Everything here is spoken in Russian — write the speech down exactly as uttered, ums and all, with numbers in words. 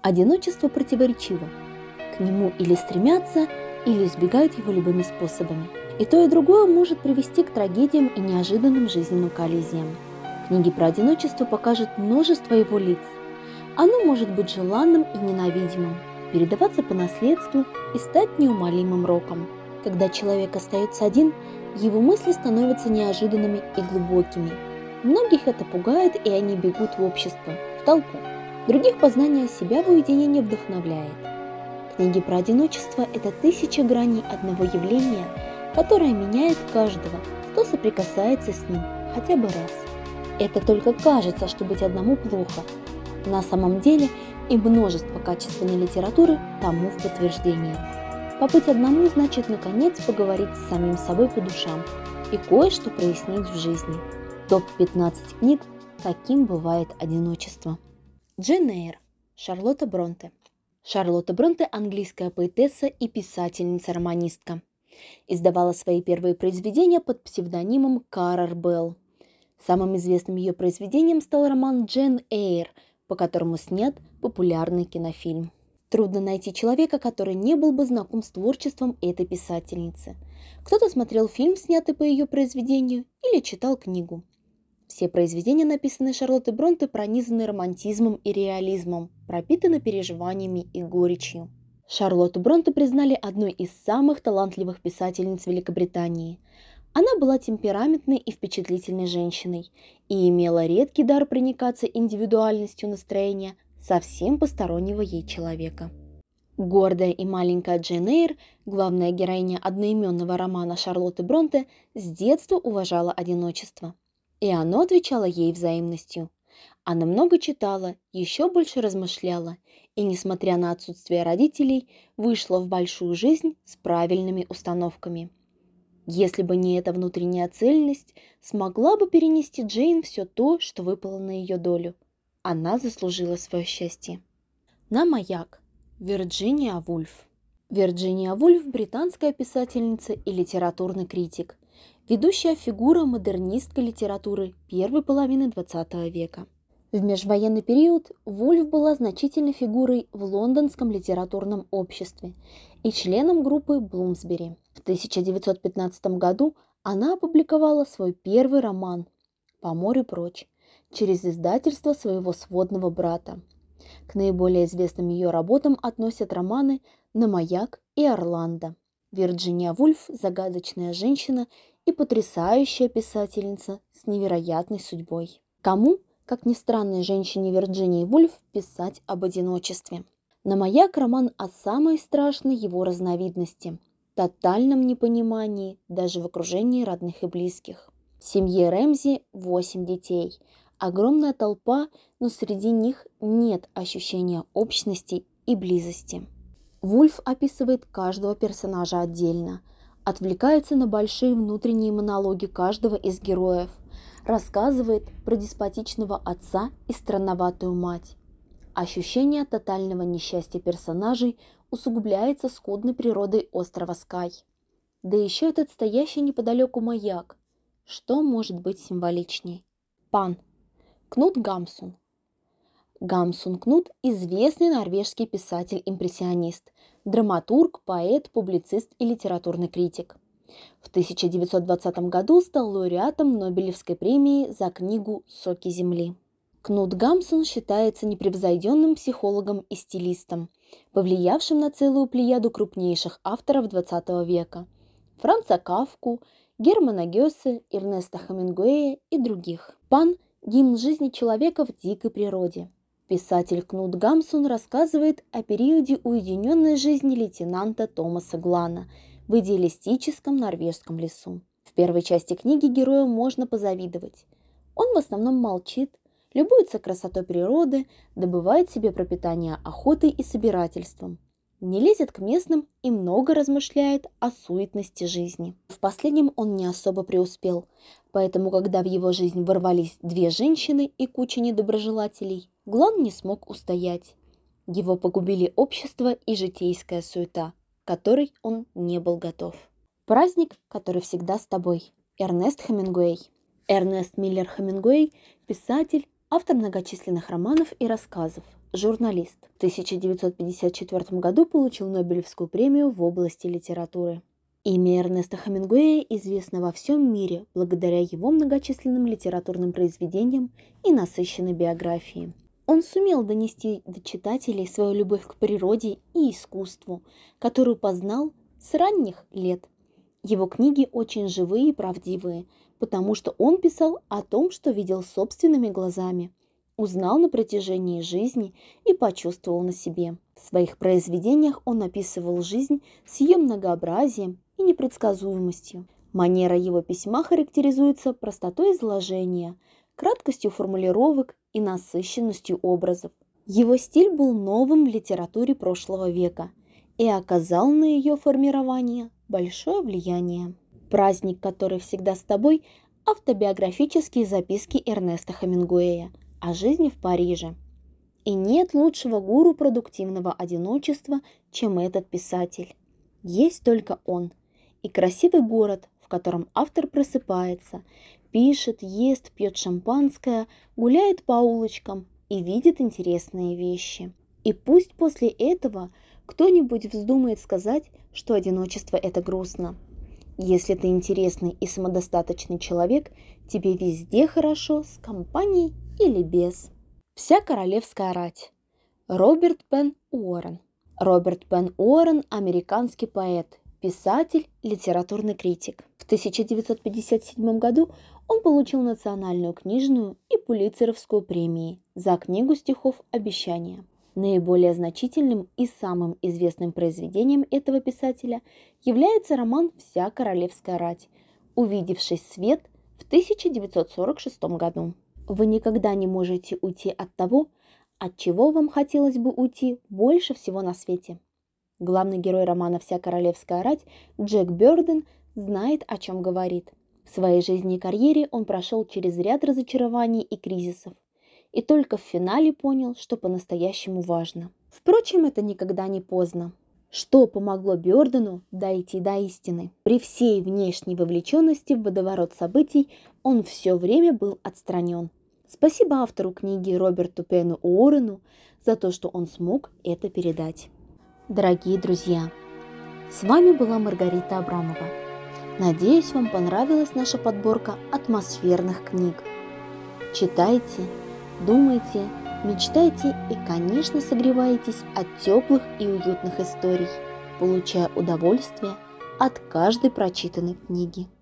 Одиночество противоречиво. К нему или стремятся, или избегают его любыми способами. И то, и другое может привести к трагедиям и неожиданным жизненным коллизиям. Книги про одиночество покажут множество его лиц. Оно может быть желанным и ненавидимым, передаваться по наследству и стать неумолимым роком. Когда человек остается один, его мысли становятся неожиданными и глубокими. Многих это пугает, и они бегут в общество, в толпу. Других познание себя в уединении вдохновляет. Книги про одиночество – это тысяча граней одного явления, которое меняет каждого, кто соприкасается с ним хотя бы раз. Это только кажется, что быть одному плохо. На самом деле и множество качественной литературы тому в подтверждение. Побыть одному значит наконец поговорить с самим собой по душам и кое-что прояснить в жизни. топ пятнадцать книг «Каким бывает одиночество». Джейн Эйр. Шарлотта Бронте. Шарлотта Бронте – английская поэтесса и писательница-романистка. Издавала свои первые произведения под псевдонимом Каррер Белл. Самым известным ее произведением стал роман «Джейн Эйр», по которому снят популярный кинофильм. Трудно найти человека, который не был бы знаком с творчеством этой писательницы. Кто-то смотрел фильм, снятый по ее произведению, или читал книгу. Все произведения, написанные Шарлоттой Бронте, пронизаны романтизмом и реализмом, пропитаны переживаниями и горечью. Шарлотту Бронте признали одной из самых талантливых писательниц Великобритании. Она была темпераментной и впечатлительной женщиной и имела редкий дар проникаться индивидуальностью настроения совсем постороннего ей человека. Гордая и маленькая Джейн Эйр, главная героиня одноименного романа Шарлотты Бронте, с детства уважала одиночество. И оно отвечало ей взаимностью. Она много читала, еще больше размышляла, и, несмотря на отсутствие родителей, вышла в большую жизнь с правильными установками. Если бы не эта внутренняя цельность, смогла бы перенести Джейн все то, что выпало на ее долю. Она заслужила свое счастье. На маяк. Вирджиния Вульф. Вирджиния Вульф – британская писательница и литературный критик. Ведущая фигура модернистской литературы первой половины двадцатого века. В межвоенный период Вульф была значительной фигурой в лондонском литературном обществе и членом группы Блумсбери. В тысяча девятьсот пятнадцатом году она опубликовала свой первый роман «По морю прочь» через издательство своего сводного брата. К наиболее известным ее работам относят романы «На маяк» и «Орландо». Вирджиния Вульф – загадочная женщина и потрясающая писательница с невероятной судьбой. Кому, как ни странной женщине Вирджинии Вульф, писать об одиночестве? «На маяк» – роман о самой страшной его разновидности – тотальном непонимании даже в окружении родных и близких. В семье Рэмзи восемь детей, огромная толпа, но среди них нет ощущения общности и близости. Вульф описывает каждого персонажа отдельно, отвлекается на большие внутренние монологи каждого из героев, рассказывает про деспотичного отца и странноватую мать. Ощущение тотального несчастья персонажей усугубляется скудной природой острова Скай. Да еще этот стоящий неподалеку маяк. Что может быть символичней? Пан. Кнут Гамсун. Гамсун Кнут – известный норвежский писатель-импрессионист, драматург, поэт, публицист и литературный критик. В тысяча девятьсот двадцатом году стал лауреатом Нобелевской премии за книгу «Соки земли». Кнут Гамсун считается непревзойденным психологом и стилистом, повлиявшим на целую плеяду крупнейших авторов двадцатого века – Франца Кафку, Германа Гёсе, Эрнеста Хемингуэя и других. Пан – гимн жизни человека в дикой природе. Писатель Кнут Гамсун рассказывает о периоде уединенной жизни лейтенанта Томаса Глана в идеалистическом норвежском лесу. В первой части книги герою можно позавидовать. Он в основном молчит, любуется красотой природы, добывает себе пропитание охотой и собирательством, не лезет к местным и много размышляет о суетности жизни. В последнем он не особо преуспел, поэтому, когда в его жизнь ворвались две женщины и куча недоброжелателей, Глан не смог устоять. Его погубили общество и житейская суета, к которой он не был готов. Праздник, который всегда с тобой. Эрнест Хемингуэй. Эрнест Миллер Хемингуэй – писатель, автор многочисленных романов и рассказов, журналист. В тысяча девятьсот пятьдесят четвёртом году получил Нобелевскую премию в области литературы. Имя Эрнеста Хемингуэя известно во всем мире благодаря его многочисленным литературным произведениям и насыщенной биографии. Он сумел донести до читателей свою любовь к природе и искусству, которую познал с ранних лет. Его книги очень живые и правдивые, потому что он писал о том, что видел собственными глазами, узнал на протяжении жизни и почувствовал на себе. В своих произведениях он описывал жизнь с ее многообразием и непредсказуемостью. Манера его письма характеризуется простотой изложения, краткостью формулировок и насыщенностью образов. Его стиль был новым в литературе прошлого века и оказал на ее формирование большое влияние. «Праздник, который всегда с тобой» – автобиографические записки Эрнеста Хемингуэя о жизни в Париже. И нет лучшего гуру продуктивного одиночества, чем этот писатель. Есть только он и красивый город, в котором автор просыпается, пишет, ест, пьет шампанское, гуляет по улочкам и видит интересные вещи. И пусть после этого кто-нибудь вздумает сказать, что одиночество – это грустно. Если ты интересный и самодостаточный человек, тебе везде хорошо с компанией или без. Вся королевская рать. Роберт Пен Уоррен. Роберт Пен Уоррен – американский поэт, писатель, литературный критик. В тысяча девятьсот пятьдесят седьмом году он получил национальную книжную и Пулитцеровскую премии за книгу стихов «Обещания». Наиболее значительным и самым известным произведением этого писателя является роман «Вся королевская рать», увидевший свет в тысяча девятьсот сорок шестом году. Вы никогда не можете уйти от того, от чего вам хотелось бы уйти больше всего на свете. Главный герой романа «Вся королевская рать» Джек Бёрден знает, о чем говорит. В своей жизни и карьере он прошел через ряд разочарований и кризисов, и только в финале понял, что по-настоящему важно. Впрочем, это никогда не поздно. Что помогло Бёрдену дойти до истины? При всей внешней вовлеченности в водоворот событий он все время был отстранен. Спасибо автору книги Роберту Пену Уоррену за то, что он смог это передать. Дорогие друзья, с вами была Маргарита Абрамова. Надеюсь, вам понравилась наша подборка атмосферных книг. Читайте, думайте, мечтайте и, конечно, согревайтесь от теплых и уютных историй, получая удовольствие от каждой прочитанной книги.